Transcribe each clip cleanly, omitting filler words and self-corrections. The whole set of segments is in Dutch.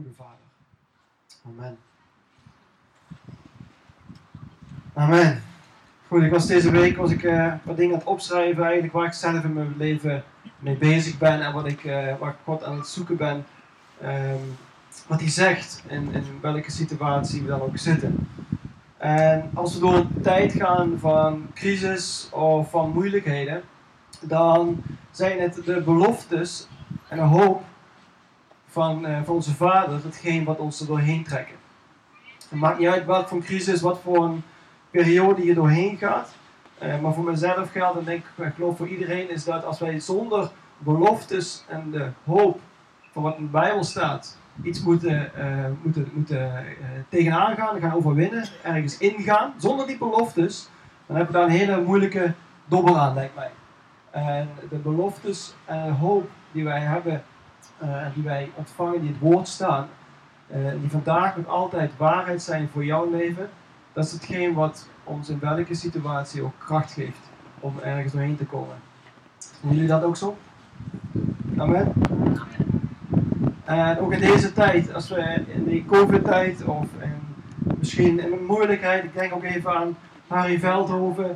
goede Vader. Amen. Amen. Goed, ik was deze week wat dingen aan het opschrijven eigenlijk waar ik zelf in mijn leven mee bezig ben en waar ik God aan het zoeken ben. Wat hij zegt in welke situatie we dan ook zitten. En als we door een tijd gaan van crisis of van moeilijkheden, dan zijn het de beloftes en de hoop van onze Vader hetgeen wat ons er doorheen trekken. Het maakt niet uit wat voor een crisis, wat voor een periode je doorheen gaat. Maar voor mezelf geldt, en ik geloof voor iedereen, is dat als wij zonder beloftes en de hoop van wat in de Bijbel staat, iets moeten tegenaan gaan, gaan overwinnen, ergens ingaan, zonder die beloftes, dan hebben we daar een hele moeilijke dobbel aan, lijkt mij. En de beloftes en de hoop die wij hebben, die wij ontvangen, die in het woord staan, die vandaag nog altijd waarheid zijn voor jouw leven, dat is hetgeen wat ons in welke situatie ook kracht geeft om ergens doorheen te komen. Doen jullie dat ook zo? Amen? En ook in deze tijd, als we in die COVID-tijd of misschien in een moeilijkheid, ik denk ook even aan Harry Veldhoven,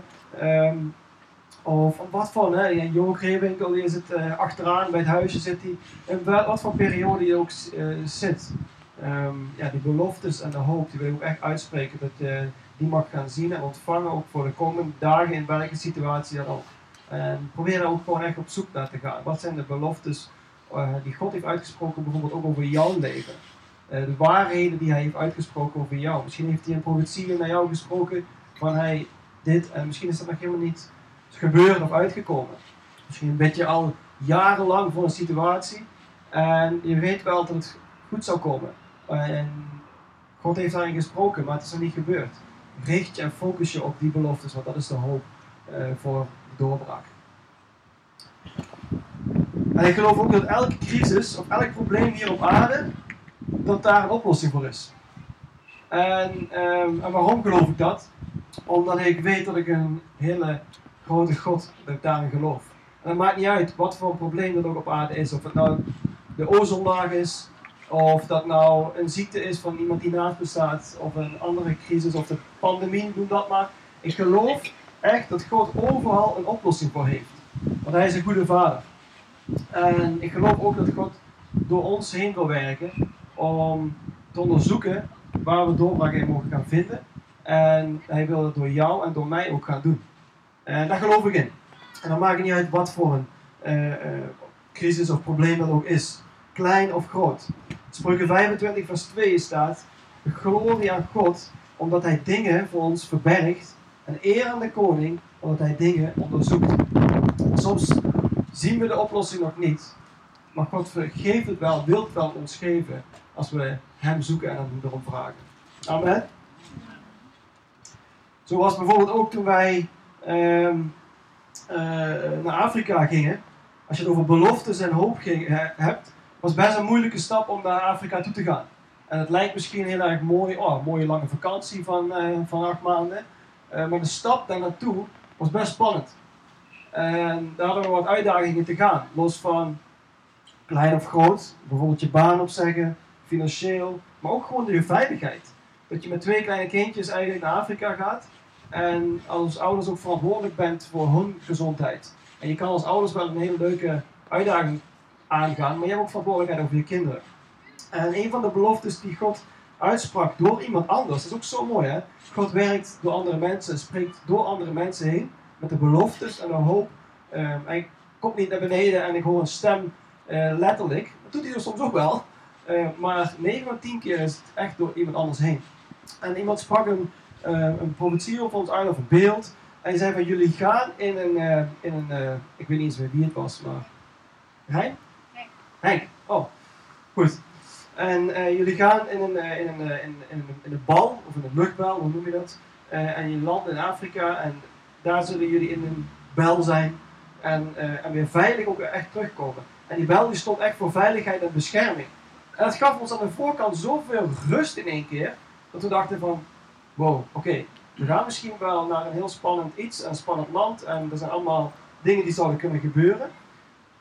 of wat van, Jo Greewinkel, die zit achteraan bij het huisje, zit hij, in wat voor periode je ook zit. Die beloftes en de hoop, die wil ik ook echt uitspreken, dat je die mag gaan zien en ontvangen, ook voor de komende dagen in welke situatie dan ook. En probeer daar ook gewoon echt op zoek naar te gaan. Wat zijn de beloftes die God heeft uitgesproken, bijvoorbeeld ook over jouw leven? De waarheden die hij heeft uitgesproken over jou. Misschien heeft hij een profetie naar jou gesproken van hij dit, en misschien is dat nog helemaal niet gebeurd of uitgekomen. Misschien bid je al jarenlang voor een situatie en je weet wel dat het goed zou komen. En God heeft daarin gesproken, maar het is nog niet gebeurd. Richt je en focus je op die beloftes, want dat is de hoop voor de doorbraak. En ik geloof ook dat elke crisis of elk probleem hier op aarde, dat daar een oplossing voor is. En waarom geloof ik dat? Omdat ik weet dat ik een hele grote God, dat ik daarin geloof. En het maakt niet uit wat voor een probleem dat ook op aarde is. Of het nou de ozonlaag is, of dat nou een ziekte is van iemand die naast me staat, of een andere crisis, of de pandemie, noem dat maar. Ik geloof echt dat God overal een oplossing voor heeft. Want hij is een goede Vader. En ik geloof ook dat God door ons heen wil werken om te onderzoeken waar we doorbraak in mogen gaan vinden. En hij wil dat door jou en door mij ook gaan doen. En daar geloof ik in. En dan maakt het niet uit wat voor een crisis of probleem dat ook is. Klein of groot. Spreuken 25 vers 2 staat: glorie aan God, omdat hij dingen voor ons verbergt. En eer aan de koning, omdat hij dingen onderzoekt. Soms zien we de oplossing nog niet. Maar God geeft het wel, wil het wel ons geven. Als we hem zoeken en hem erom vragen. Amen. Zoals bijvoorbeeld ook toen wij naar Afrika gingen. Als je het over beloftes en hoop hebt, was best een moeilijke stap om naar Afrika toe te gaan. En het lijkt misschien heel erg mooi, een mooie lange vakantie van 8 maanden. Maar de stap daar naartoe was best spannend. En daar hadden we wat uitdagingen te gaan. Los van klein of groot, bijvoorbeeld je baan opzeggen, financieel, maar ook gewoon je veiligheid. Dat je met 2 kleine kindjes eigenlijk naar Afrika gaat en als ouders ook verantwoordelijk bent voor hun gezondheid. En je kan als ouders wel een hele leuke uitdaging aangaan, maar je hebt ook verantwoordelijkheid over je kinderen. En een van de beloftes die God uitsprak door iemand anders, dat is ook zo mooi hè. God werkt door andere mensen en spreekt door andere mensen heen met de beloftes en de hoop. Hij komt niet naar beneden en ik hoor een stem letterlijk. Dat doet hij er soms ook wel. Maar 9 van 10 keer is het echt door iemand anders heen. En iemand sprak een profetie op ons uit of een beeld. En hij zei van jullie gaan in een ik weet niet eens meer wie het was, maar Hein? Henk. Oh, goed. En jullie gaan in een bal, of in een luchtbel, hoe noem je dat? En je landt in Afrika en daar zullen jullie in een bel zijn en weer veilig ook echt terugkomen. En die bel die stond echt voor veiligheid en bescherming. En dat gaf ons aan de voorkant zoveel rust in één keer, dat we dachten van, wow, oké, we gaan misschien wel naar een heel spannend iets, een spannend land, en er zijn allemaal dingen die zouden kunnen gebeuren.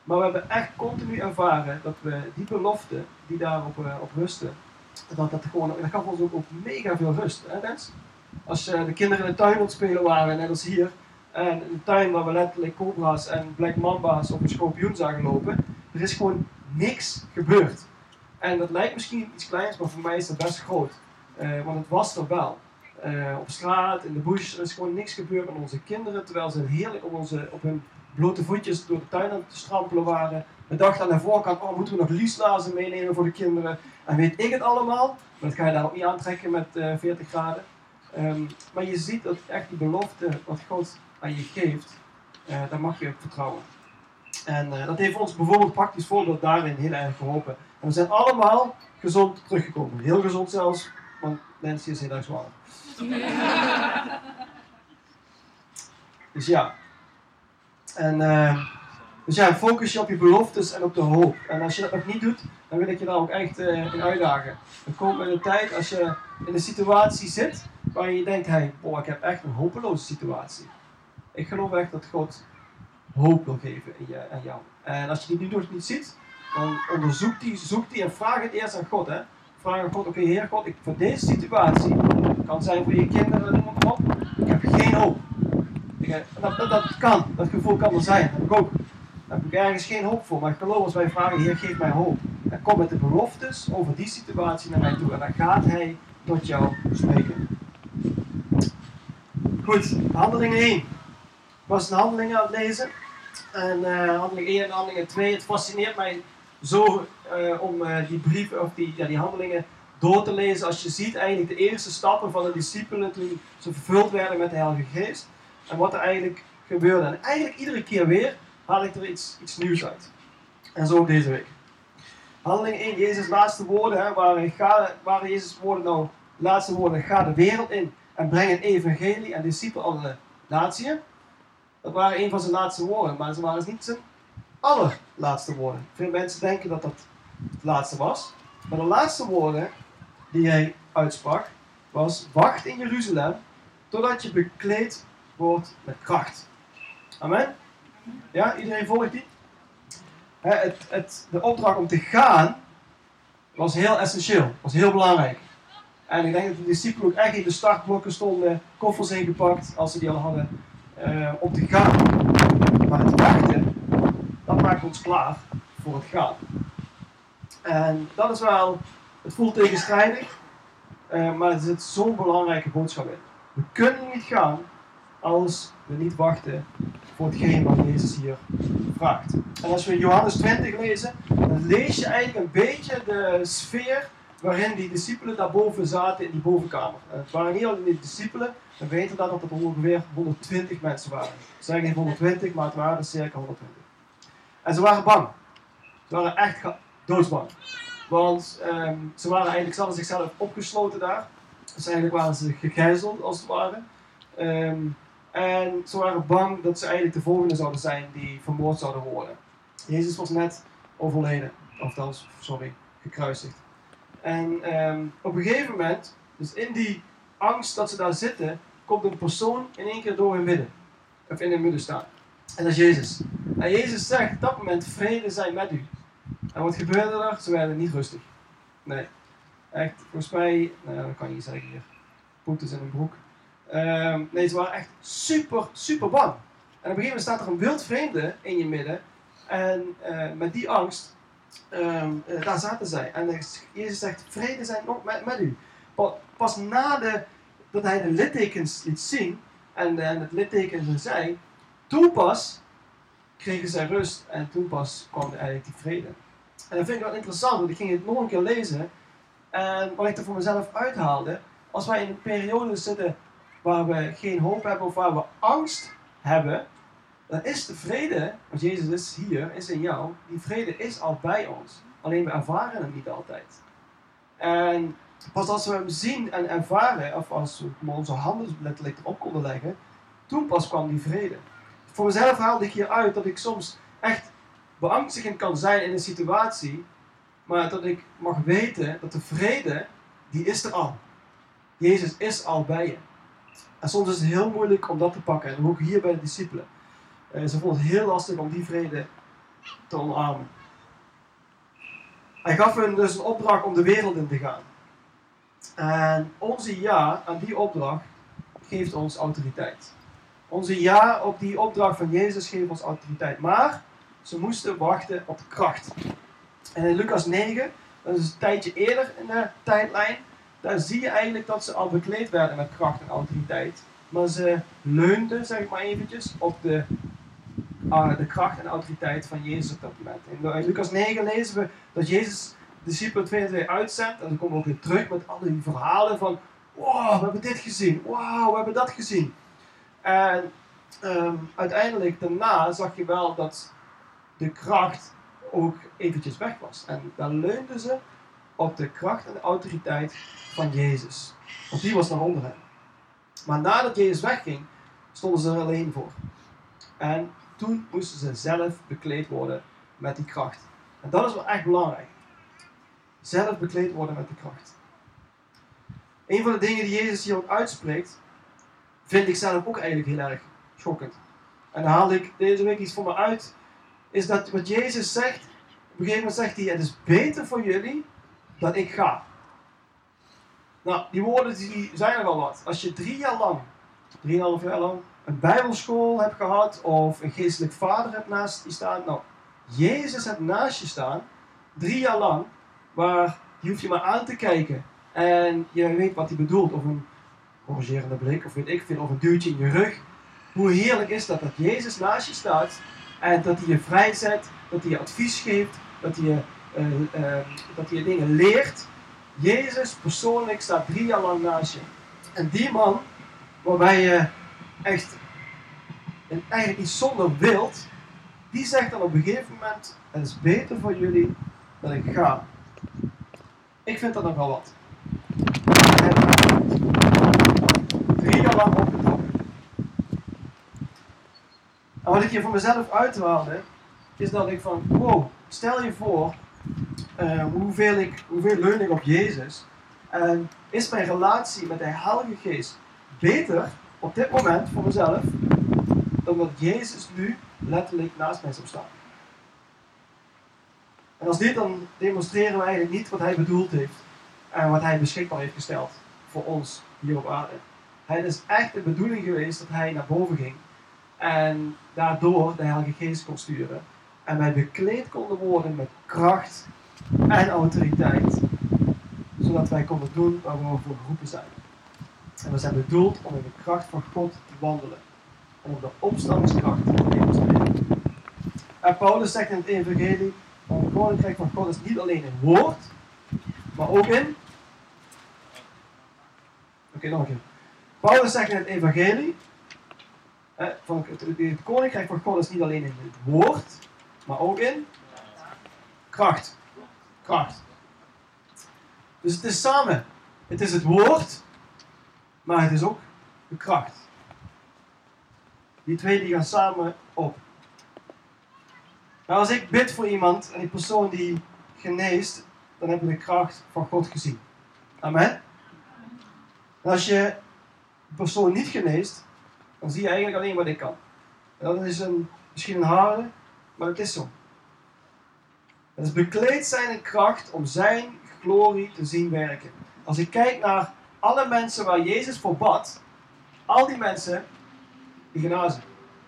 Maar we hebben echt continu ervaren dat we die belofte die daarop op rusten, dat gaf ons ook mega veel rust. Hè, Rens? Als de kinderen in de tuin aan het spelen waren, net als hier, en in de tuin waar we letterlijk cobra's en black mamba's op een schorpioen zagen lopen, er is gewoon niks gebeurd. En dat lijkt misschien iets kleins, maar voor mij is dat best groot. Want het was er wel. Op straat, in de bush, er is gewoon niks gebeurd met onze kinderen, terwijl ze heerlijk op hun blote voetjes door de tuin aan het strampelen waren. We dachten aan de voorkant, oh, moeten we nog lieslazen meenemen voor de kinderen? En weet ik het allemaal, maar dat ga je daar ook niet aantrekken met 40 graden. Maar je ziet dat echt die belofte wat God aan je geeft, daar mag je op vertrouwen. En dat heeft ons bijvoorbeeld praktisch voorbeeld daarin heel erg geholpen. En we zijn allemaal gezond teruggekomen. Heel gezond zelfs, want Nancy is heel erg zwanger. Dus ja. En dus ja, focus je op je beloftes en op de hoop. En als je dat nog niet doet, dan wil ik je daar ook echt in uitdagen. Er komt een tijd als je in een situatie zit waar je denkt, hey, boah, ik heb echt een hopeloze situatie. Ik geloof echt dat God hoop wil geven aan jou. En als je die nu nog niet ziet, dan zoek die en vraag het eerst aan God. Hè. Vraag aan God, oké, Heer God, voor deze situatie, kan zijn voor je kinderen, noem maar op, ik heb geen hoop. Dat kan, dat gevoel kan er zijn, dat heb ik ook. Daar heb ik ergens geen hoop voor, maar ik geloof als wij vragen, Heer, geef mij hoop. En kom met de beloftes over die situatie naar mij toe. En dan gaat Hij tot jou spreken. Goed, handelingen 1. Ik was een handelingen aan het lezen. En handeling 1 en handelingen 2. Het fascineert mij zo om die brieven of die handelingen door te lezen. Als je ziet eigenlijk de eerste stappen van de discipelen toen ze vervuld werden met de Heilige Geest. En wat er eigenlijk gebeurde. En eigenlijk iedere keer weer haal ik er iets nieuws uit. En zo ook deze week. Handeling 1, Jezus' laatste woorden. Hè, waren Jezus' woorden nou, laatste woorden, ga de wereld in en breng een evangelie en discipel alle natieën. Dat waren een van zijn laatste woorden, maar ze waren dus niet zijn allerlaatste woorden. Veel mensen denken dat dat het laatste was. Maar de laatste woorden die hij uitsprak was, wacht in Jeruzalem totdat je bekleed wordt met kracht. Amen? Ja, iedereen volgt die? De opdracht om te gaan was heel essentieel, was heel belangrijk. En ik denk dat de discipelen ook echt in de startblokken stonden, koffers ingepakt, als ze die al hadden, om te gaan. Maar het wachten, dat maakt ons klaar voor het gaan. En dat is wel, het voelt tegenstrijdig, maar er zit zo'n belangrijke boodschap in. We kunnen niet gaan als we niet wachten voor hetgeen wat Jezus hier vraagt. En als we Johannes 20 lezen, dan lees je eigenlijk een beetje de sfeer waarin die discipelen daarboven zaten in die bovenkamer. Het waren niet alleen die discipelen, we weten dat het ongeveer 120 mensen waren. Ze zeggen niet 120, maar het waren er circa 120. En ze waren bang. Ze waren echt doodsbang. Want ze hadden zichzelf opgesloten daar. Dus eigenlijk waren ze gegijzeld als het ware. En ze waren bang dat ze eigenlijk de volgende zouden zijn die vermoord zouden worden. Jezus was net overleden. Gekruisigd. En op een gegeven moment, dus in die angst dat ze daar zitten, komt een persoon in één keer door hun midden. Of in hun midden staan. En dat is Jezus. En Jezus zegt op dat moment, vrede zij met u. En wat gebeurde er? Ze werden niet rustig. Nee. Echt, volgens mij, nou, dat kan je niet zeggen hier. Poeters in een broek. Nee, ze waren echt super bang. En op een gegeven moment staat er een wild vreemde in je midden. En met die angst, daar zaten zij. En Jezus zegt, vrede zij nog met u. Pas dat hij de littekens liet zien, en het litteken zei, toen pas kregen zij rust en toen pas kwam eigenlijk die vrede. En dat vind ik wel interessant, want ik ging het nog een keer lezen. En wat ik er voor mezelf uithaalde, als wij in een periode zitten waar we geen hoop hebben of waar we angst hebben, dan is de vrede, want Jezus is hier, is in jou, die vrede is al bij ons. Alleen we ervaren hem niet altijd. En pas als we hem zien en ervaren, of als we onze handen letterlijk erop konden leggen, toen pas kwam die vrede. Voor mezelf haalde ik hier uit dat ik soms echt beangstigend kan zijn in een situatie, maar dat ik mag weten dat de vrede, die is er al. Jezus is al bij je. En soms is het heel moeilijk om dat te pakken. En ook hier bij de discipelen. Ze vonden het heel lastig om die vrede te omarmen. Hij gaf hun dus een opdracht om de wereld in te gaan. En onze ja aan die opdracht geeft ons autoriteit. Onze ja op die opdracht van Jezus geeft ons autoriteit. Maar ze moesten wachten op de kracht. En in Lucas 9, dat is een tijdje eerder in de tijdlijn, daar zie je eigenlijk dat ze al bekleed werden met kracht en autoriteit. Maar ze leunden, zeg ik maar eventjes, op de kracht en autoriteit van Jezus op dat moment. In Lucas 9 lezen we dat Jezus de discipelen 2 en 2 uitzendt. En dan komen we ook weer terug met al die verhalen van, wow, we hebben dit gezien. Wow, we hebben dat gezien. En uiteindelijk daarna zag je wel dat de kracht ook eventjes weg was. En dan leunden ze op de kracht en de autoriteit van Jezus. Want die was naar onder hen. Maar nadat Jezus wegging, stonden ze er alleen voor. En toen moesten ze zelf bekleed worden met die kracht. En dat is wel echt belangrijk. Zelf bekleed worden met de kracht. Een van de dingen die Jezus hier ook uitspreekt, vind ik zelf ook eigenlijk heel erg schokkend. En daar haal ik deze week iets voor me uit, is dat wat Jezus zegt, op een gegeven moment zegt hij, het is beter voor jullie dat ik ga. Nou, die woorden die zijn er wel wat. Als je 3 jaar lang, 3,5 jaar lang, een bijbelschool hebt gehad, of een geestelijk vader hebt naast je staan, nou, Jezus hebt naast je staan, 3 jaar lang, waar je hoeft je maar aan te kijken en je weet wat hij bedoelt, of een corrigerende blik, of weet ik veel, of een duwtje in je rug. Hoe heerlijk is dat Jezus naast je staat en dat hij je vrijzet, dat hij je advies geeft, dat hij je dingen leert. Jezus persoonlijk staat 3 jaar lang naast je. En die man, waarbij je echt eigenlijk iets zonder wilt, die zegt dan op een gegeven moment, het is beter voor jullie dat ik ga. Ik vind dat nogal wat. 3 jaar lang opgetrokken. En wat ik hier voor mezelf uithaalde, is dat ik van, wow, stel je voor, hoeveel leun ik op Jezus. En is mijn relatie met de Heilige Geest beter op dit moment voor mezelf, dan dat Jezus nu letterlijk naast mij zou staan. En als dit, dan demonstreren we eigenlijk niet wat hij bedoeld heeft en wat hij beschikbaar heeft gesteld voor ons hier op aarde. Het is echt de bedoeling geweest dat hij naar boven ging en daardoor de Heilige Geest kon sturen. En wij bekleed konden worden met kracht en autoriteit, zodat wij konden doen waar we voor geroepen zijn. En we zijn bedoeld om in de kracht van God te wandelen en om de opstandingskracht te demonstreren. En Paulus zegt in het Evangelie, het Koninkrijk van God is niet alleen in woord, maar ook in... Oké, nog een keer. Paulus zegt in het Evangelie, het Koninkrijk van God is niet alleen in het woord, maar ook in kracht. Kracht. Dus het is samen. Het is het woord, maar het is ook de kracht. Die twee die gaan samen op. Nou, als ik bid voor iemand en die persoon die geneest, dan heb je de kracht van God gezien. Amen. En als je de persoon niet geneest, dan zie je eigenlijk alleen wat ik kan. En dat is misschien een harde, maar het is zo. Het is bekleed zijn in kracht om zijn glorie te zien werken. Als ik kijk naar alle mensen waar Jezus voor bad, al die mensen, die genazen.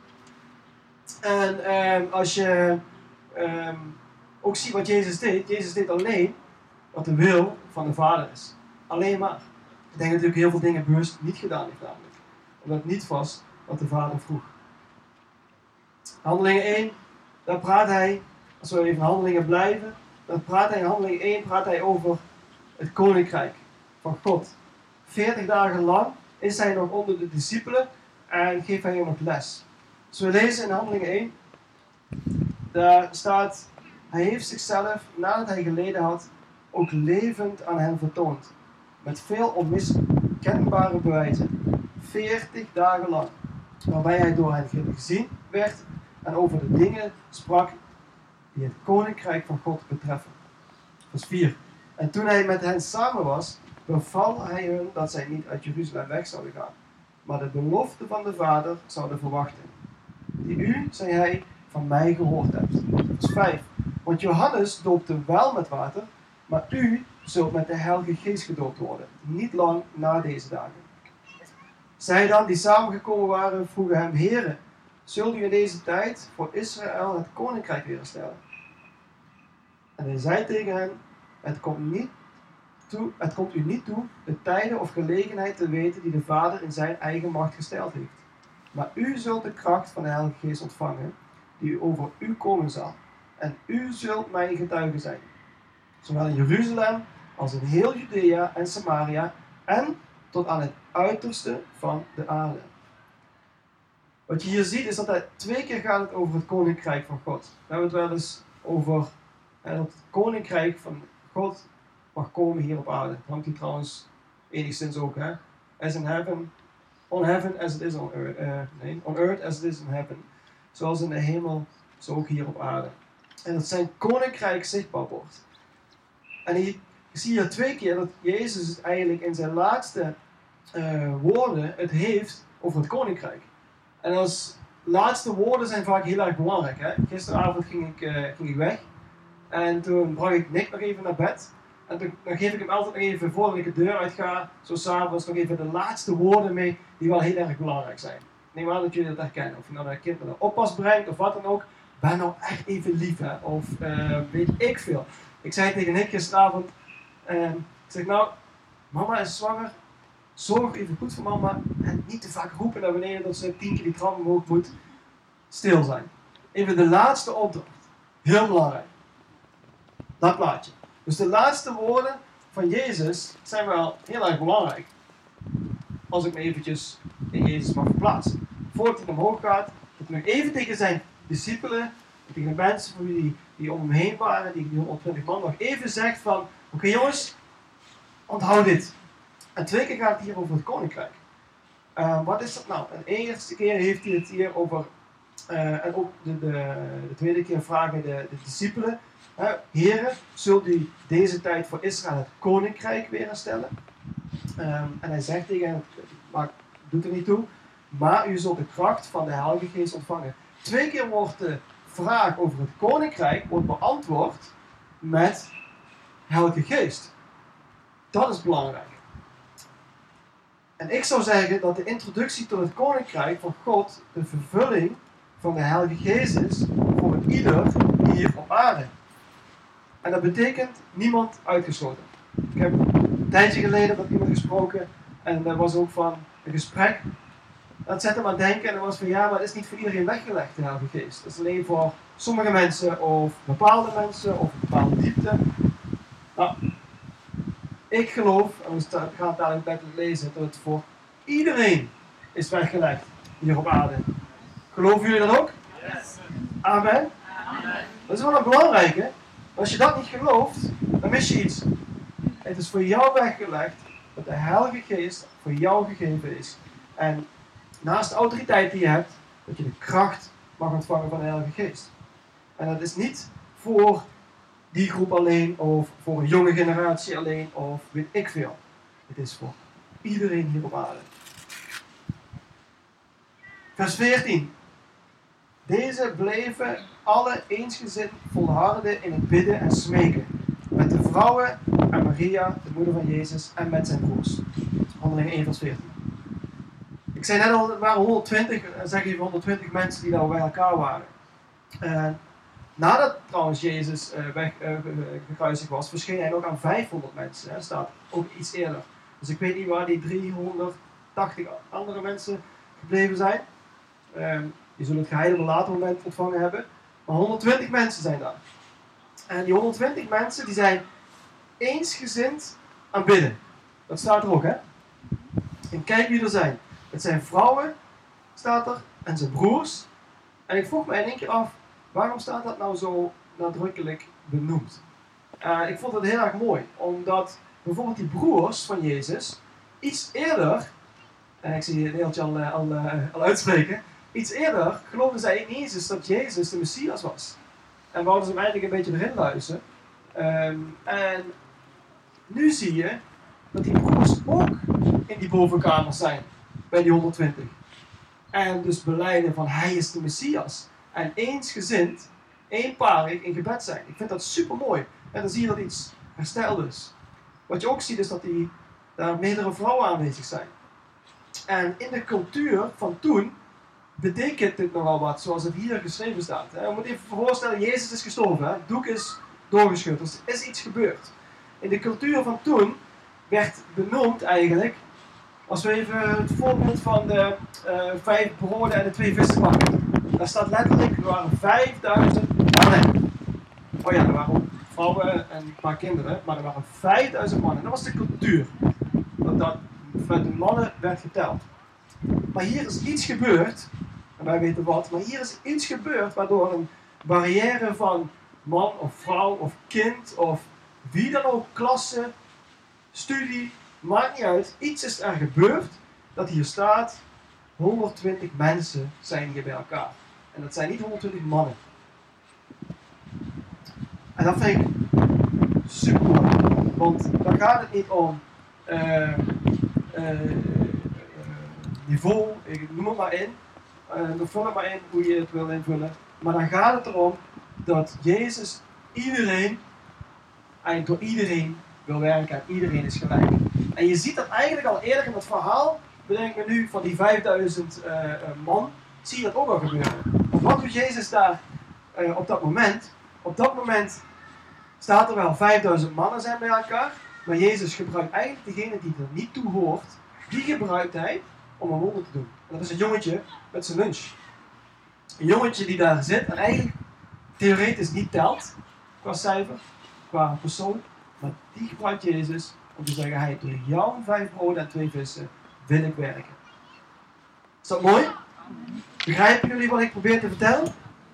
En als je ook ziet wat Jezus deed alleen wat de wil van de Vader is. Alleen maar. Ik denk natuurlijk heel veel dingen bewust niet gedaan heeft namelijk. Omdat het niet was wat de Vader vroeg. Handelingen 1, daar praat hij, als we even in Handelingen blijven, dan praat hij in Handelingen 1 over het Koninkrijk van God. 40 dagen lang is hij nog onder de discipelen en geeft hij nog les. Dus we lezen in Handelingen 1, daar staat, hij heeft zichzelf, nadat hij geleden had, ook levend aan hen vertoond. Met veel onmiskenbare bewijzen. 40 dagen lang. Waarbij hij door hen gezien werd en over de dingen sprak die het Koninkrijk van God betreffen. Vers 4. En toen hij met hen samen was, beval hij hun dat zij niet uit Jeruzalem weg zouden gaan, maar de belofte van de Vader zouden verwachten. Die u, zei hij, van mij gehoord hebt. Vers 5. Want Johannes doopte wel met water, maar u zult met de Heilige Geest gedoopt worden, niet lang na deze dagen. Zij dan, die samengekomen waren, vroegen hem, Heere, zult u in deze tijd voor Israël het koninkrijk weer herstellen? En hij zei tegen hen, het komt u niet toe de tijden of gelegenheid te weten die de Vader in zijn eigen macht gesteld heeft. Maar u zult de kracht van de Heilige Geest ontvangen, die over u komen zal. En u zult mijn getuige zijn. Zowel in Jeruzalem als in heel Judea en Samaria en tot aan het uiterste van de aarde. Wat je hier ziet is dat het 2 keer gaat over het koninkrijk van God. We hebben het wel eens over dat het koninkrijk van God mag komen hier op aarde. Dat hangt hier trouwens enigszins ook, hè. As in heaven, on heaven as it is on earth. On earth as it is in heaven. Zoals in de hemel, zo ook hier op aarde. En dat zijn koninkrijk zichtbaar wordt. En je ziet hier 2 keer dat Jezus het eigenlijk in zijn laatste woorden het heeft over het koninkrijk. En als laatste woorden zijn vaak heel erg belangrijk. Hè? Gisteravond ging ik weg. En toen bracht ik Nick nog even naar bed. En dan geef ik hem altijd nog even, voordat ik de deur uit ga, zo s'avonds nog even de laatste woorden mee, die wel heel erg belangrijk zijn. Ik neem aan dat jullie dat herkennen. Of je nou een kind naar de oppas brengt, of wat dan ook. Ben nou echt even lief, hè. Of weet ik veel. Ik zei tegen Nick gisteravond, ik zeg nou, mama is zwanger. Zorg even goed voor mama. En niet te vaak roepen naar beneden dat ze 10 keer die trap omhoog moet. Stil zijn. Even de laatste opdracht. Heel belangrijk. Dat plaatje. Dus de laatste woorden van Jezus zijn wel heel erg belangrijk. Als ik me eventjes in Jezus mag verplaatsen. Voordat hij omhoog gaat, dat hij nog even tegen zijn discipelen, tegen de mensen van die om hem heen waren, die 120 man, nog even zegt van, oké jongens, onthoud dit. En 2 keer gaat het hier over het koninkrijk. Wat is dat nou? De eerste keer heeft hij het hier over, en ook de tweede keer vragen de discipelen, Heren, zult u deze tijd voor Israël het koninkrijk weer herstellen? En hij zegt tegen hen, maar doet er niet toe, maar u zult de kracht van de Heilige Geest ontvangen. 2 keer wordt de vraag over het koninkrijk beantwoord met Heilige Geest. Dat is belangrijk. En ik zou zeggen dat de introductie tot het koninkrijk van God de vervulling van de Heilige Geest is voor ieder hier op aarde. En dat betekent niemand uitgesloten. Ik heb een tijdje geleden met iemand gesproken en dat was ook van een gesprek. Dat zette me aan het denken en dat was van ja, maar het is niet voor iedereen weggelegd, de Heilige Geest. Het is alleen voor sommige mensen of bepaalde mensen of een bepaalde diepte. Nou, ik geloof, en we gaan het dadelijk letterlijk lezen, dat het voor iedereen is weggelegd hier op aarde. Geloven jullie dat ook? Yes. Amen. Amen. Dat is wel een belangrijke. Als je dat niet gelooft, dan mis je iets. Het is voor jou weggelegd dat de Heilige Geest voor jou gegeven is. En naast de autoriteit die je hebt, dat je de kracht mag ontvangen van de Heilige Geest. En dat is niet voor die groep alleen, of voor een jonge generatie alleen, of weet ik veel. Het is voor iedereen hier op aarde. Vers 14. Deze bleven alle eensgezind volharden in het bidden en smeken. Met de vrouwen en Maria, de moeder van Jezus, en met zijn broers. Handelingen 1 vers 14. Ik zei net al, het waren 120, zeg even 120 mensen die daar bij elkaar waren. Nadat trouwens Jezus gekruisigd was, verscheen hij nog aan 500 mensen. Hè, staat ook iets eerder. Dus ik weet niet waar die 380 andere mensen gebleven zijn. Die zullen het geheim op een later moment ontvangen hebben. Maar 120 mensen zijn daar. En die 120 mensen die zijn eensgezind aan bidden. Dat staat er ook, hè? En kijk wie er zijn. Het zijn vrouwen, staat er, en zijn broers. En ik vroeg me in één keer af, waarom staat dat nou zo nadrukkelijk benoemd? Ik vond het heel erg mooi, omdat bijvoorbeeld die broers van Jezus iets eerder, en ik zie het Neeltje al uitspreken, iets eerder geloofden zij in Jezus dat Jezus de Messias was. En wouden ze hem eigenlijk een beetje erin luisteren. En nu zie je dat die broers ook in die bovenkamers zijn, bij die 120. En dus belijden van hij is de Messias. en eensgezind, eenparig in gebed zijn. Ik vind dat super mooi. En dan zie je dat iets hersteld is. Wat je ook ziet is dat daar meerdere vrouwen aanwezig zijn. En in de cultuur van toen betekent dit nogal wat, zoals het hier geschreven staat. Je moet even voorstellen, Jezus is gestorven, het doek is doorgeschud, dus er is iets gebeurd. In de cultuur van toen werd benoemd eigenlijk, als we even het voorbeeld van de 5 broden en de 2 vissen pakken. Daar staat letterlijk, er waren 5000 mannen. Oh ja, er waren ook vrouwen en een paar kinderen, maar er waren 5000 mannen. Dat was de cultuur. Dat met de mannen werd geteld. Maar hier is iets gebeurd, en wij weten wat, maar hier is iets gebeurd waardoor een barrière van man of vrouw of kind of wie dan ook, klasse, studie, maakt niet uit. Iets is er gebeurd dat hier staat, 120 mensen zijn hier bij elkaar. En dat zijn niet 120 mannen. En dat vind ik super mooi. Want dan gaat het niet om niveau, ik noem het maar in. Vul het maar in hoe je het wil invullen. Maar dan gaat het erom dat Jezus iedereen, eigenlijk door iedereen wil werken en iedereen is gelijk. En je ziet dat eigenlijk al eerder in het verhaal, bedenk me nu van die 5000 man, zie je dat ook al gebeuren. Want wat doet Jezus daar op dat moment? Op dat moment staat er wel 5000 mannen zijn bij elkaar, maar Jezus gebruikt eigenlijk degene die er niet toe hoort, die gebruikt hij om een wonder te doen. En dat is een jongetje met zijn lunch. Een jongetje die daar zit en eigenlijk theoretisch niet telt qua cijfer, qua persoon, maar die gebruikt Jezus om te zeggen, hij door jouw 5 broden en 2 vissen wil ik werken. Is dat mooi? Begrijpen jullie wat ik probeer te vertellen?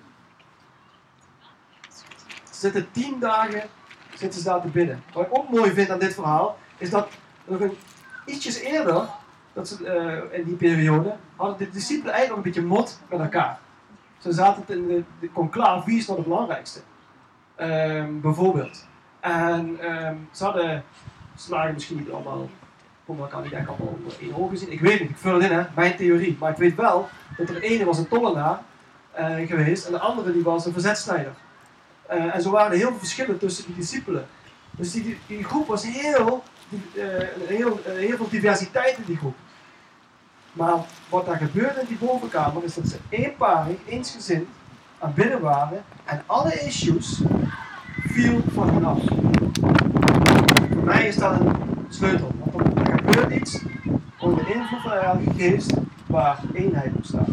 Ze zitten 10 dagen zitten ze daar te bidden. Wat ik ook mooi vind aan dit verhaal, is dat nog ietsjes eerder, dat ze, in die periode, hadden de discipelen eigenlijk nog een beetje mot met elkaar. Ze zaten in de conclave, wie is nou de belangrijkste? Bijvoorbeeld. En ze lagen misschien niet allemaal, konden elkaar niet echt allemaal onder één oog gezien. Ik weet niet, ik vul het in, hè, mijn theorie. Maar ik weet wel dat er ene was een tollenaar geweest en de andere die was een verzetstrijder. En zo waren er heel veel verschillen tussen die discipelen. Dus die groep was heel veel diversiteit in die groep. Maar wat daar gebeurde in die bovenkamer is dat ze eenparig, eensgezind aan bidden waren en alle issues viel van hen af. Voor mij is dat een sleutel. Want er gebeurt iets onder de invloed van de Heilige Geest waar eenheid op staat.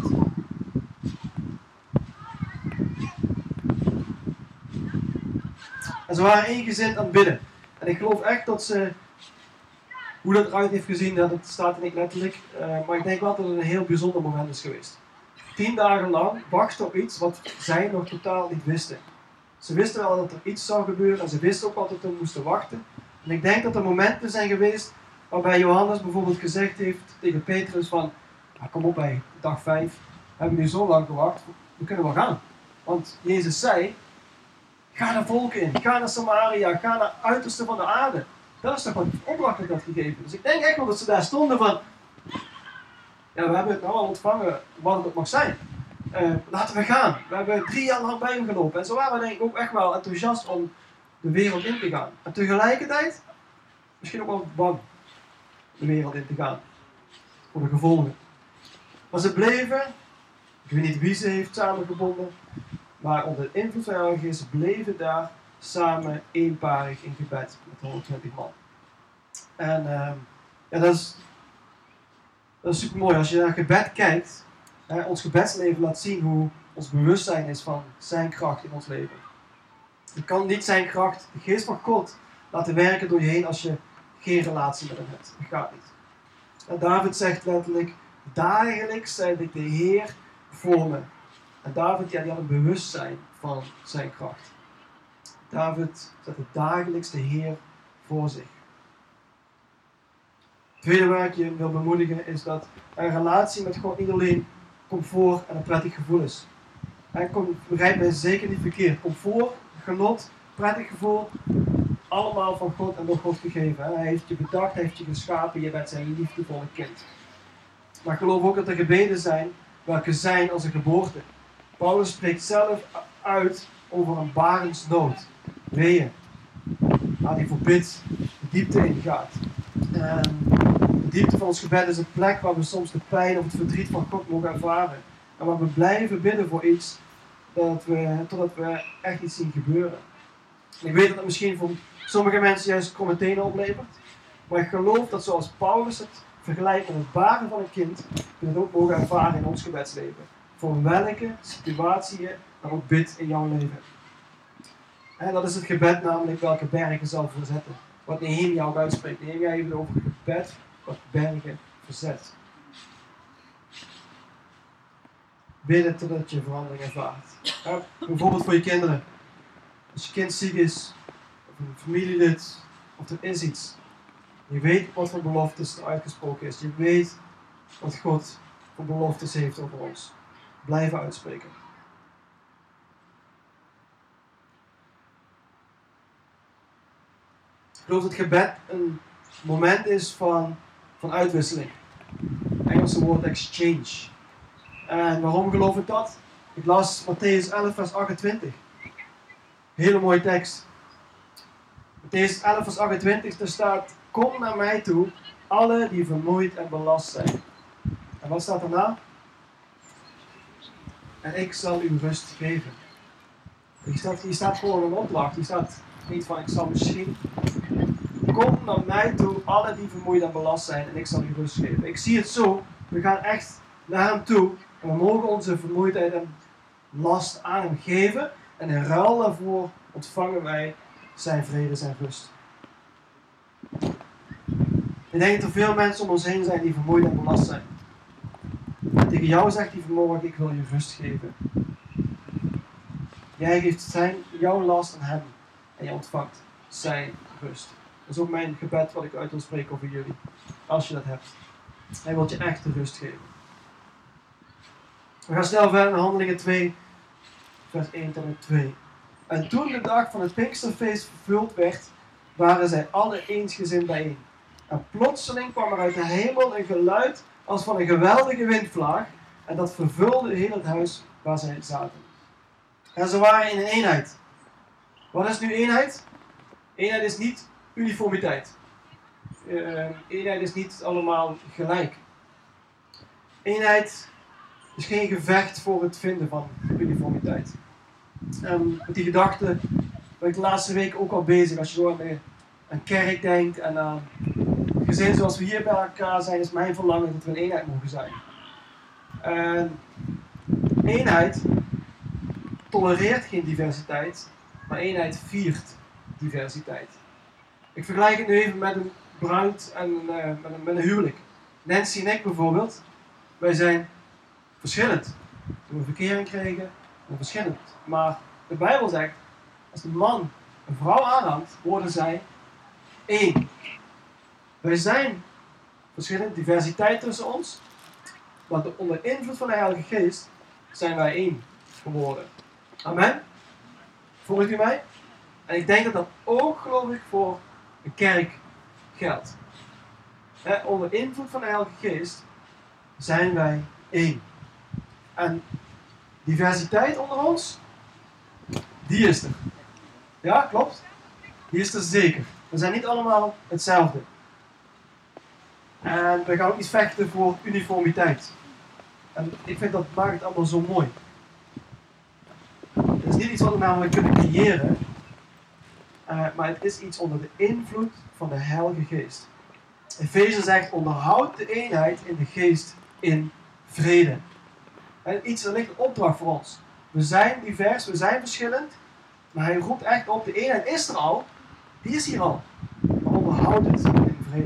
En ze waren eensgezind aan het bidden. En ik geloof echt dat ze, hoe dat eruit heeft gezien, dat staat er niet letterlijk, maar ik denk wel dat het een heel bijzonder moment is geweest. 10 dagen lang wachten op iets wat zij nog totaal niet wisten. Ze wisten wel dat er iets zou gebeuren en ze wisten ook altijd dat ze moesten wachten. En ik denk dat er momenten zijn geweest waarbij Johannes bijvoorbeeld gezegd heeft tegen Petrus van, kom op bij dag 5, we hebben nu zo lang gewacht, we kunnen wel gaan. Want Jezus zei, ga naar volken in, ga naar Samaria, ga naar het uiterste van de aarde. Dat is toch wat opdracht dat had gegeven. Dus ik denk echt wel dat ze daar stonden van, ja, we hebben het nou al ontvangen wat het ook mag zijn. Laten we gaan. We hebben 3 jaar lang bij hem gelopen. En zo waren we denk ik ook echt wel enthousiast om de wereld in te gaan. En tegelijkertijd, misschien ook wel bang de wereld in te gaan. Voor de gevolgen. Maar ze bleven, ik weet niet wie ze heeft samengebonden, maar onder de invloed van de Heilige Geest bleven daar samen eenparig in gebed met 120 man. En ja, dat is super mooi. Als je naar gebed kijkt, ons gebedsleven laat zien hoe ons bewustzijn is van zijn kracht in ons leven. Je kan niet zijn kracht, de geest van God, laten werken door je heen als je geen relatie met hem hebt. Dat gaat niet. En David zegt letterlijk, dagelijks zet ik de Heer voor me. En David, ja, die had een bewustzijn van zijn kracht. David zette dagelijks de Heer voor zich. Het tweede waar ik je wil bemoedigen is dat een relatie met God niet alleen comfort en een prettig gevoel is. Begrijp mij zeker niet verkeerd. Comfort, genot, prettig gevoel, allemaal van God en door God gegeven. Hij heeft je bedacht, hij heeft je geschapen, je bent zijn liefdevolle kind. Maar ik geloof ook dat er gebeden zijn welke zijn als een geboorte. Paulus spreekt zelf uit over een barensnood. Weeën. Waar hij voor bidt, de diepte ingaat. En de diepte van ons gebed is een plek waar we soms de pijn of het verdriet van God mogen ervaren. En waar we blijven bidden voor iets totdat we echt iets zien gebeuren. En ik weet dat het misschien voor sommige mensen juist kromme tenen oplevert. Maar ik geloof dat zoals Paulus het vergelijkt met het baren van een kind, we het ook mogen ervaren in ons gebedsleven. Voor welke situatie je dan ook bidt in jouw leven. En dat is het gebed namelijk welke bergen zal verzetten. Wat Nehemia ook uitspreekt. Nehemia heeft het over het gebed wat bergen verzet. Bidden totdat je verandering ervaart. Ja, bijvoorbeeld voor je kinderen. Als je kind ziek is, of een familielid, of er is iets. Je weet wat voor beloftes er uitgesproken is. Je weet wat God voor beloftes heeft over ons. Blijven uitspreken. Ik geloof dat gebed een moment is van uitwisseling. Het Engelse woord exchange. En waarom geloof ik dat? Ik las Mattheüs 11 vers 28. Hele mooie tekst. Mattheüs 11 vers 28, daar staat: kom naar mij toe, alle die vermoeid en belast zijn. En wat staat daarna? En ik zal u rust geven. Hier staat gewoon een opdracht. Hier staat niet van ik zal misschien. Kom naar mij toe, alle die vermoeid en belast zijn, en ik zal u rust geven. Ik zie het zo, we gaan echt naar hem toe. En we mogen onze vermoeidheid en last aan hem geven. En in ruil daarvoor ontvangen wij zijn vrede, zijn rust. Ik denk dat er veel mensen om ons heen zijn die vermoeid en belast zijn. En tegen jou zegt hij vanmorgen, ik wil je rust geven. Jij geeft jouw last aan hem. En je ontvangt zijn rust. Dat is ook mijn gebed wat ik uit wil spreken over jullie. Als je dat hebt. Hij wil je echt de rust geven. We gaan snel verder naar Handelingen 2, vers 1 tot en met 2. En toen de dag van het Pinksterfeest vervuld werd, waren zij alle eensgezind bijeen. En plotseling kwam er uit de hemel een geluid als van een geweldige windvlaag. En dat vervulde heel het huis waar zij zaten. En ze waren in een eenheid. Wat is nu eenheid? Eenheid is niet uniformiteit. Eenheid is niet allemaal gelijk. Eenheid is geen gevecht voor het vinden van uniformiteit. Met die gedachte ben ik de laatste week ook al bezig. Als je zo aan kerk denkt en aan gezin zoals we hier bij elkaar zijn, is mijn verlangen dat we een eenheid mogen zijn. Eenheid tolereert geen diversiteit, maar eenheid viert diversiteit. Ik vergelijk het nu even met een bruid en met een huwelijk. Nancy en ik bijvoorbeeld, wij zijn verschillend. Toen we verkering kregen, we verschillend. Maar de Bijbel zegt, als de man een vrouw aanhangt, worden zij één. Wij zijn verschillend, diversiteit tussen ons, maar onder invloed van de Heilige Geest zijn wij één geworden. Amen? Volgt u mij? En ik denk dat dat ook, geloof ik, voor een kerk geldt. Onder invloed van de Heilige Geest zijn wij één. En diversiteit onder ons, die is er. Ja, klopt? Die is er zeker. We zijn niet allemaal hetzelfde. En we gaan ook niet vechten voor uniformiteit. En ik vind dat maakt het allemaal zo mooi. Het is niet iets wat we namelijk kunnen creëren. Maar het is iets onder de invloed van de Heilige Geest. Efeze zegt, onderhoud de eenheid in de geest in vrede. En er ligt een opdracht voor ons. We zijn divers, we zijn verschillend. Maar hij roept echt op, de eenheid is er al. Die is hier al. Maar onderhoud het in vrede.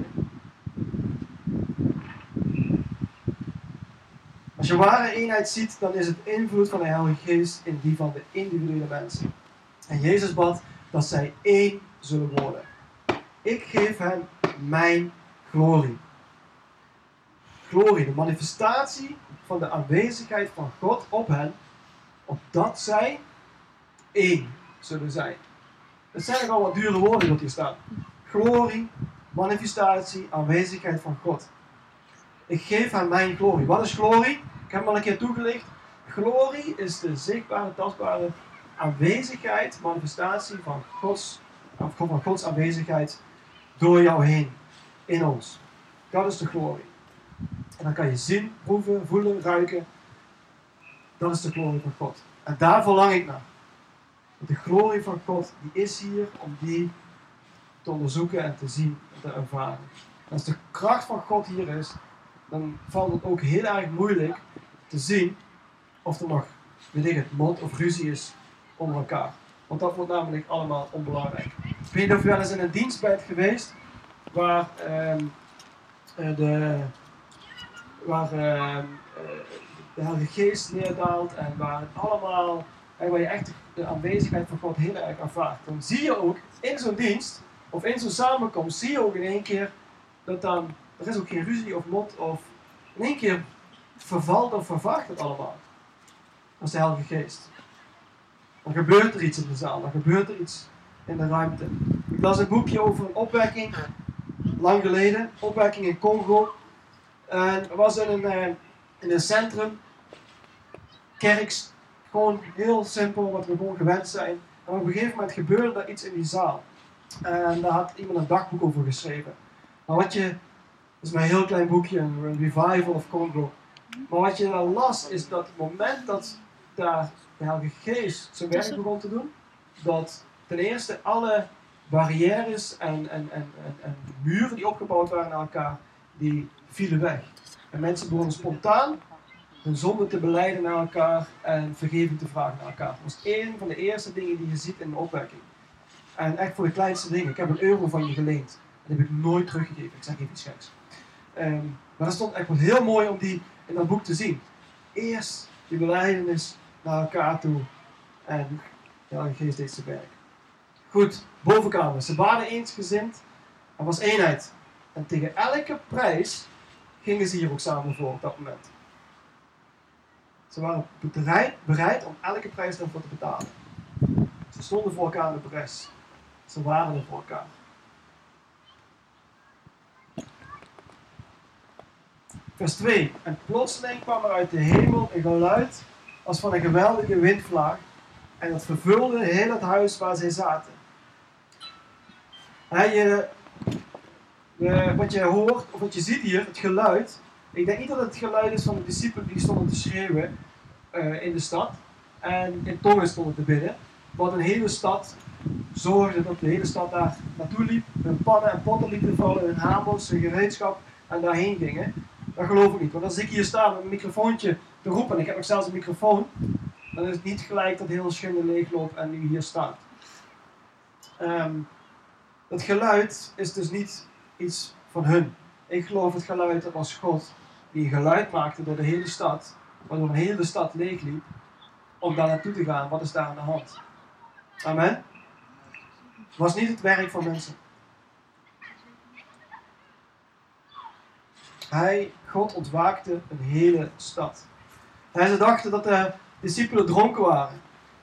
Als je ware eenheid ziet, dan is het invloed van de Heilige Geest in die van de individuele mensen. En Jezus bad dat zij één zullen worden. Ik geef hen mijn glorie. Glorie, de manifestatie van de aanwezigheid van God op hen, opdat zij één zullen zijn. Dat zijn nogal wat dure woorden dat hier staan. Glorie, manifestatie, aanwezigheid van God. Ik geef hen mijn glorie. Wat is glorie? Ik heb hem al een keer toegelicht. Glorie is de zichtbare, tastbare aanwezigheid, manifestatie van Gods aanwezigheid door jou heen, in ons. Dat is de glorie. En dan kan je zien, proeven, voelen, ruiken. Dat is de glorie van God. En daar verlang ik naar. De glorie van God, die is hier om die te onderzoeken en te zien en te ervaren. En als de kracht van God hier is, dan valt het ook heel erg moeilijk te zien of er nog, weet ik het, mond of ruzie is onder elkaar. Want dat wordt namelijk allemaal onbelangrijk. Ik weet niet of je wel eens in een dienst bent geweest waar de Heilige Geest neerdaalt en waar het allemaal, en waar je echt de aanwezigheid van God heel erg ervaart. Dan zie je ook in zo'n dienst, of in zo'n samenkomst, zie je ook in één keer dat dan, er is ook geen ruzie of mot, of in één keer vervalt of vervaagt het allemaal. Dat is de Heilige Geest. Dan gebeurt er iets in de zaal, dan gebeurt er iets in de ruimte. Ik las een boekje over een opwekking, lang geleden, opwekking in Congo. En er was in een centrum, kerks, gewoon heel simpel, wat we gewoon gewend zijn. En op een gegeven moment gebeurde er iets in die zaal. En daar had iemand een dagboek over geschreven. Maar dat is maar een heel klein boekje, een revival of Congo. Maar wat je dan las, is dat het moment dat daar de Heilige Geest zijn werk begon te doen, dat ten eerste alle barrières en muren die opgebouwd waren naar elkaar, die vielen weg. En mensen begonnen spontaan hun zonde te belijden naar elkaar en vergeving te vragen naar elkaar. Dat was één van de eerste dingen die je ziet in de opwekking. En echt voor de kleinste dingen. Ik heb €1 van je geleend. Dat heb ik nooit teruggegeven. Ik zeg even iets geks. Maar dat stond echt wel heel mooi om die in dat boek te zien. Eerst die belijdenis naar elkaar toe. En ja, de Geest deed zijn werk. Goed, bovenkamer. Ze baden eensgezind. Er was eenheid. En tegen elke prijs gingen ze hier ook samen voor op dat moment. Ze waren bereid om elke prijs daarvoor te betalen. Ze stonden voor elkaar in de bres. Ze waren er voor elkaar. Vers 2. En plotseling kwam er uit de hemel een geluid als van een geweldige windvlaag. En dat vervulde heel het huis waar zij zaten. Wat je hoort, of wat je ziet hier, het geluid. Ik denk niet dat het geluid is van de discipelen die stonden te schreeuwen in de stad. En in tongen stonden te bidden. Want een hele stad zorgde dat de hele stad daar naartoe liep. Hun pannen en potten lieten vallen, hun hamers, hun gereedschap en daarheen gingen. Dat geloof ik niet. Want als ik hier sta met een microfoontje te roepen, en ik heb nog zelfs een microfoon, dan is het niet gelijk dat heel Schinde leegloopt en nu hier staat. Het geluid is dus niet iets van hun. Ik geloof het geluid, dat was God die een geluid maakte door de hele stad, waardoor een hele stad leegliep, om daar naartoe te gaan. Wat is daar aan de hand? Amen. Het was niet het werk van mensen. God ontwaakte een hele stad. Ze dachten dat de discipelen dronken waren.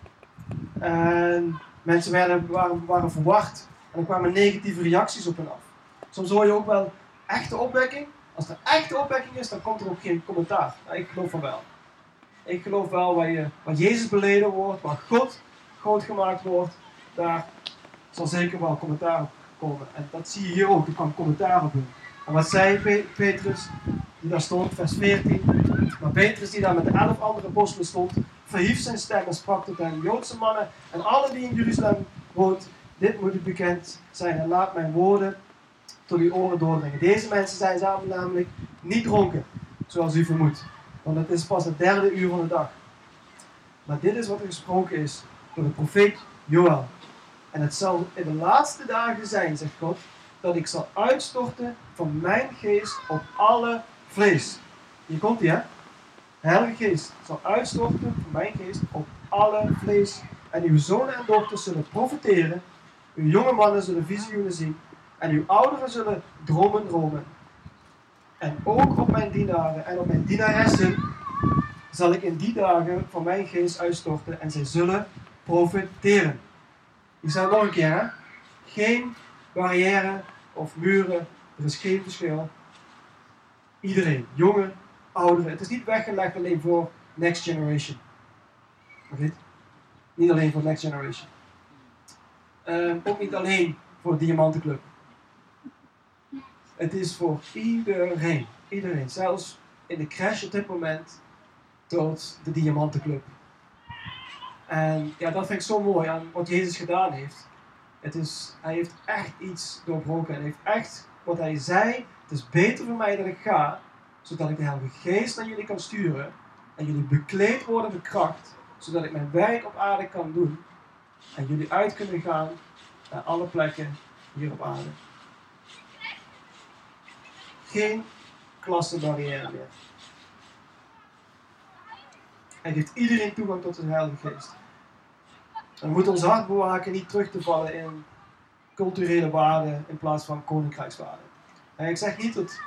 En mensen waren verward. En er kwamen negatieve reacties op hen af. Soms hoor je ook wel echte opwekking. Als er echte opwekking is, dan komt er ook geen commentaar. Nou, ik geloof van wel. Ik geloof wel waar Jezus beleden wordt, waar God groot gemaakt wordt, daar zal zeker wel commentaar op komen. En dat zie je hier ook, er kwam commentaar op hun. En wat zei Petrus, die daar stond, vers 14. Maar Petrus, die daar met de 11 andere apostelen stond, verhief zijn stem en sprak tot hen: Joodse mannen en alle die in Jeruzalem woont, dit moet u bekend zijn en laat mijn woorden tot uw oren doordringen. Deze mensen zijn samen namelijk niet dronken, zoals u vermoedt. Want het is pas het 3e uur van de dag. Maar dit is wat er gesproken is door de profeet Joël. En het zal in de laatste dagen zijn, zegt God, dat ik zal uitstorten van mijn geest op alle vlees. Hier komt hij, hè? De Heilige Geest zal uitstorten van mijn geest op alle vlees. En uw zonen en dochters zullen profeteren. Uw jonge mannen zullen visioenen zien. En uw ouderen zullen dromen dromen. En ook op mijn dienaren en op mijn dienaressen zal ik in die dagen van mijn geest uitstorten. En zij zullen profeteren. Ik zeg het nog een keer, hè? Geen barrière of muren. Er is geen verschil. Iedereen, jongen, ouderen. Het is niet weggelegd alleen voor Next Generation. Begrijp? Niet alleen voor Next Generation. Ook niet alleen voor de Diamantenclub. Het is voor iedereen. Iedereen. Zelfs in de crash op dit moment tot de Diamantenclub. En ja, dat vind ik zo mooi aan wat Jezus gedaan heeft. Hij heeft echt iets doorbroken. Hij heeft echt wat hij zei. Het is beter voor mij dat ik ga, zodat ik de Heilige Geest naar jullie kan sturen. En jullie bekleed worden met kracht, zodat ik mijn werk op aarde kan doen. En jullie uit kunnen gaan naar alle plekken hier op aarde. Geen klassenbarrière meer. Hij geeft iedereen toegang tot de Heilige Geest. En we moeten ons hart bewaken niet terug te vallen in culturele waarden in plaats van koninkrijkswaarden. En ik zeg niet dat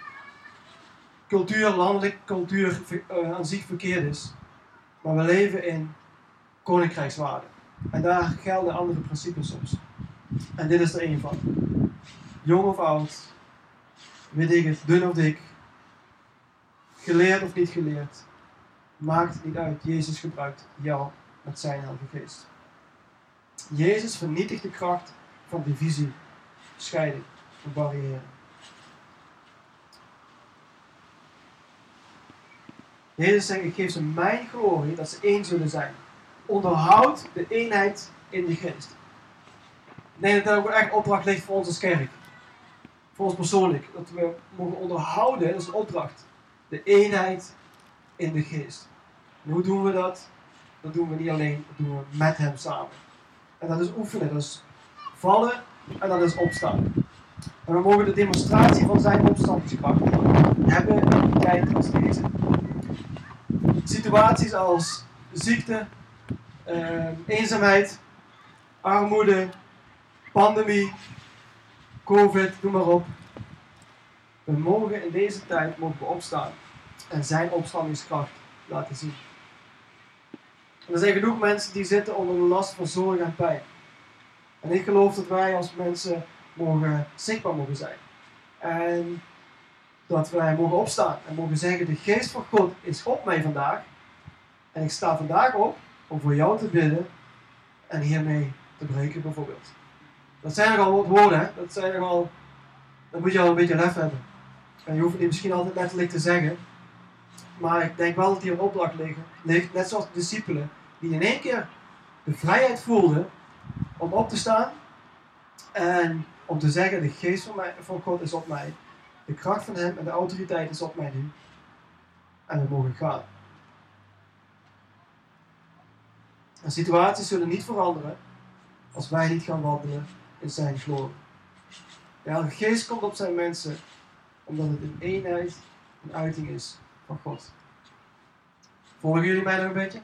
landelijke cultuur aan zich verkeerd is. Maar we leven in koninkrijkswaarden. En daar gelden andere principes soms. En dit is er één van. Jong of oud, weet ik het, dun of dik, geleerd of niet geleerd, maakt het niet uit. Jezus gebruikt jou met zijn Heilige Geest. Jezus vernietigt de kracht van divisie, scheiding en barrière. Jezus zegt, ik geef ze mijn glorie, dat ze één zullen zijn. Onderhoud de eenheid in de geest. Ik denk dat dat ook echt opdracht ligt voor ons als kerk. Voor ons persoonlijk. Dat we mogen onderhouden, dat is een opdracht. De eenheid in de geest. En hoe doen we dat? Dat doen we niet alleen, dat doen we met hem samen. En dat is oefenen, dat is vallen en dat is opstaan. En we mogen de demonstratie van zijn opstandingskracht hebben in een tijd als deze. Situaties als ziekte, eenzaamheid, armoede, pandemie, COVID, noem maar op. We mogen in deze tijd opstaan en zijn opstandingskracht laten zien. En er zijn genoeg mensen die zitten onder de last van zorg en pijn. En ik geloof dat wij als mensen zichtbaar mogen zijn. En dat wij mogen opstaan en mogen zeggen, de geest van God is op mij vandaag. En ik sta vandaag op om voor jou te bidden en hiermee te breken bijvoorbeeld. Dat zijn nogal wat woorden, hè? Dat moet je al een beetje lef hebben. En je hoeft het niet misschien altijd letterlijk te zeggen. Maar ik denk wel dat hier een opdracht ligt, net zoals de discipelen, die in één keer de vrijheid voelden om op te staan en om te zeggen, de geest van God is op mij. De kracht van hem en de autoriteit is op mij nu. En we mogen gaan. En situaties zullen niet veranderen als wij niet gaan wandelen in zijn glorie. De Heilige Geest komt op zijn mensen omdat het een eenheid, een uiting is van God. Volgen jullie mij nog een beetje?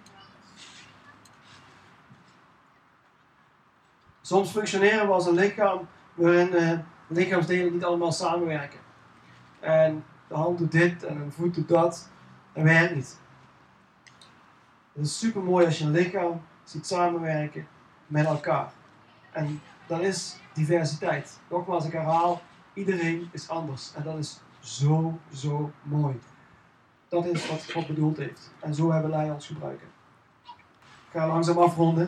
Soms functioneren we als een lichaam waarin de lichaamsdelen niet allemaal samenwerken. En de hand doet dit en een voet doet dat. Dat werkt niet. Het is super mooi als je een lichaam ziet samenwerken met elkaar. En dat is diversiteit. Nogmaals, ik herhaal, iedereen is anders. En dat is zo, zo mooi. Dat is wat God bedoeld heeft. En zo hebben wij ons gebruiken. Ik ga langzaam afronden.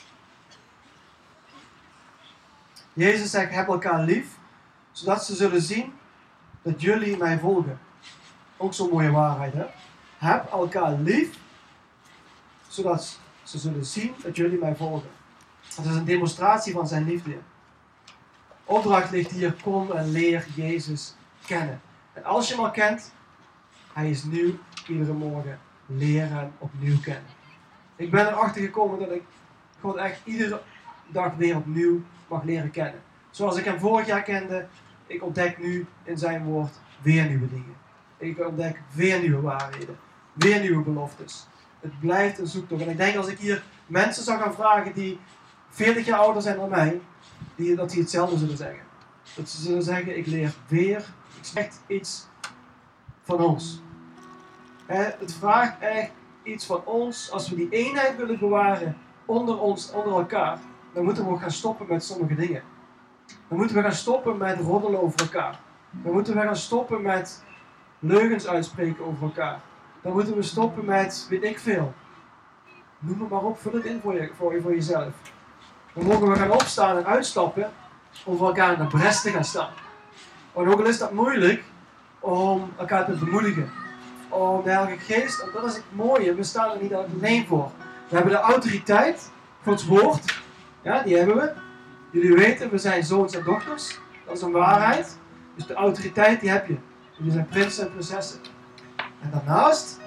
Jezus zegt, heb elkaar lief, zodat ze zullen zien dat jullie mij volgen. Ook zo'n mooie waarheid, hè? Heb elkaar lief, zodat ze zullen zien dat jullie mij volgen. Dat is een demonstratie van zijn liefde. Opdracht ligt hier, kom en leer Jezus kennen. En als je hem al kent, hij is nieuw iedere morgen. Leer hem opnieuw kennen. Ik ben erachter gekomen dat ik God echt iedere dag weer opnieuw mag leren kennen. Zoals ik hem vorig jaar kende, ik ontdek nu in zijn woord weer nieuwe dingen. Ik ontdek weer nieuwe waarheden. Weer nieuwe beloftes. Het blijft een zoektocht. En ik denk als ik hier mensen zou gaan vragen die 40 jaar ouder zijn dan mij, dat die hetzelfde zullen zeggen. Dat ze zullen zeggen, ik leer weer, ik zeg iets van ons. Het vraagt echt iets van ons. Als we die eenheid willen bewaren onder elkaar, dan moeten we ook gaan stoppen met sommige dingen. Dan moeten we gaan stoppen met roddelen over elkaar. Dan moeten we gaan stoppen met leugens uitspreken over elkaar. Dan moeten we stoppen met, weet ik veel. Noem het maar op, vul het in voor jezelf. Dan mogen we gaan opstaan en uitstappen om voor elkaar in de bres te gaan staan. Want ook al is dat moeilijk om elkaar te bemoedigen. Om de Heilige Geest, en dat is het mooie, we staan er niet alleen voor. We hebben de autoriteit, Gods woord, ja, die hebben we. Jullie weten, we zijn zoons en dochters, dat is een waarheid. Dus de autoriteit die heb je. Jullie zijn prinsen en prinsessen. En daarnaast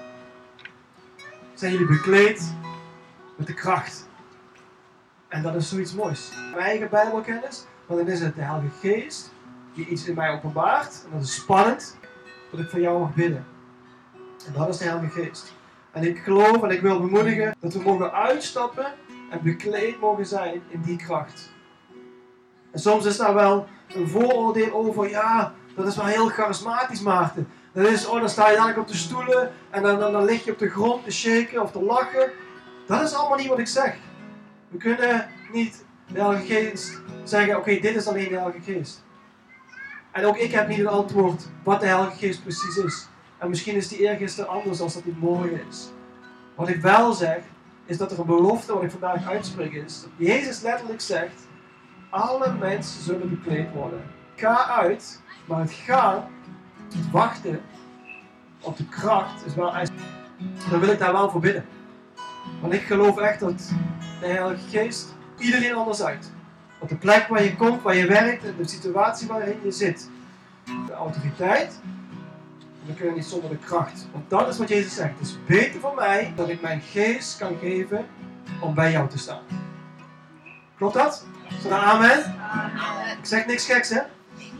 zijn jullie bekleed met de kracht. En dat is zoiets moois. Mijn eigen Bijbelkennis, want dan is het de Heilige Geest die iets in mij openbaart. En dat is spannend, dat ik voor jou mag bidden. En dat is de Heilige Geest. En ik geloof en ik wil bemoedigen dat we mogen uitstappen en bekleed mogen zijn in die kracht. En soms is daar wel een vooroordeel over, ja, dat is wel heel charismatisch, Maarten. Dat is, dan sta je dadelijk op de stoelen en dan lig je op de grond te shaken of te lachen. Dat is allemaal niet wat ik zeg. We kunnen niet de Heilige Geest zeggen, oké, dit is alleen de Heilige Geest. En ook ik heb niet het antwoord wat de Heilige Geest precies is. En misschien is die eergisteren anders als dat niet morgen is. Wat ik wel zeg, is dat er een belofte wat ik vandaag uitspreek is. Dat Jezus letterlijk zegt, alle mensen zullen bekleed worden. Ga uit, maar het gaan, het wachten op de kracht is wel eisen. Dan wil ik daar wel voor bidden. Want ik geloof echt dat de Heilige Geest iedereen anders uit. Op de plek waar je komt, waar je werkt en de situatie waarin je zit. De autoriteit, we kunnen niet zonder de kracht. Want dat is wat Jezus zegt. Het is beter voor mij dat ik mijn geest kan geven om bij jou te staan. Klopt dat? Is dat een amen? Amen. Ik zeg niks geks, hè?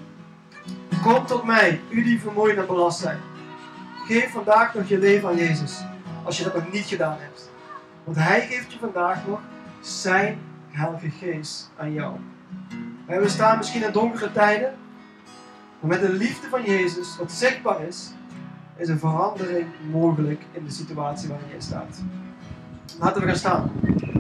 Kom tot mij, u die vermoeid en belast zijn. Geef vandaag nog je leven aan Jezus. Als je dat nog niet gedaan hebt. Want Hij geeft je vandaag nog zijn Heilige Geest aan jou. En we staan misschien in donkere tijden. Maar met de liefde van Jezus, wat zichtbaar is een verandering mogelijk in de situatie waarin je staat. Laten we gaan staan.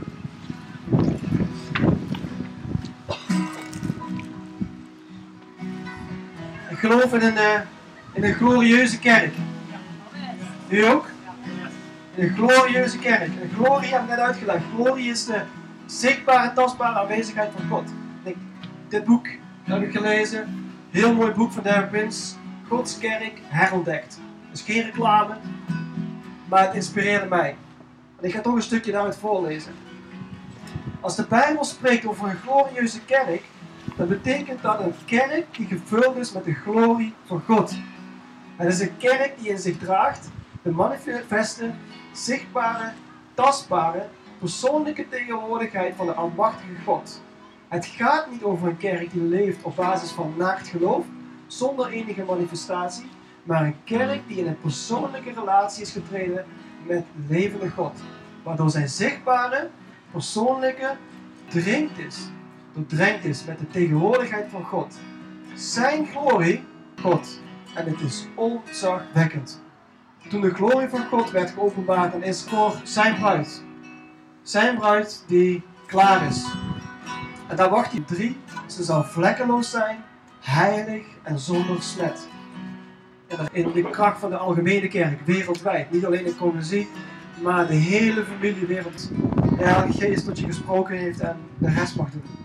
Ik geloof in een glorieuze kerk. U ook? In een glorieuze kerk. En glorie heb ik net uitgelegd. Glorie is de zichtbare, tastbare aanwezigheid van God. Dit boek heb ik gelezen. Heel mooi boek van Derek Prince. Gods kerk herontdekt. Dus geen reclame, maar het inspireerde mij. En ik ga toch een stukje daaruit voorlezen. Als de Bijbel spreekt over een glorieuze kerk, dan betekent dat een kerk die gevuld is met de glorie van God. Het is een kerk die in zich draagt de manifeste, zichtbare, tastbare, persoonlijke tegenwoordigheid van de almachtige God. Het gaat niet over een kerk die leeft op basis van naakt geloof, zonder enige manifestatie, maar een kerk die in een persoonlijke relatie is getreden met de levende God, waardoor zijn zichtbare, persoonlijke doordrenkt is met de tegenwoordigheid van God. Zijn glorie, God, en het is ontzagwekkend. Toen de glorie van God werd geopenbaard, dan is voor zijn bruid die klaar is. En daar wacht hij 3, ze zal vlekkeloos zijn, heilig en zonder smet. In de kracht van de algemene kerk, wereldwijd. Niet alleen in Communie, maar de hele familie wereld. De Heilige Geest tot je gesproken heeft en de rest mag doen.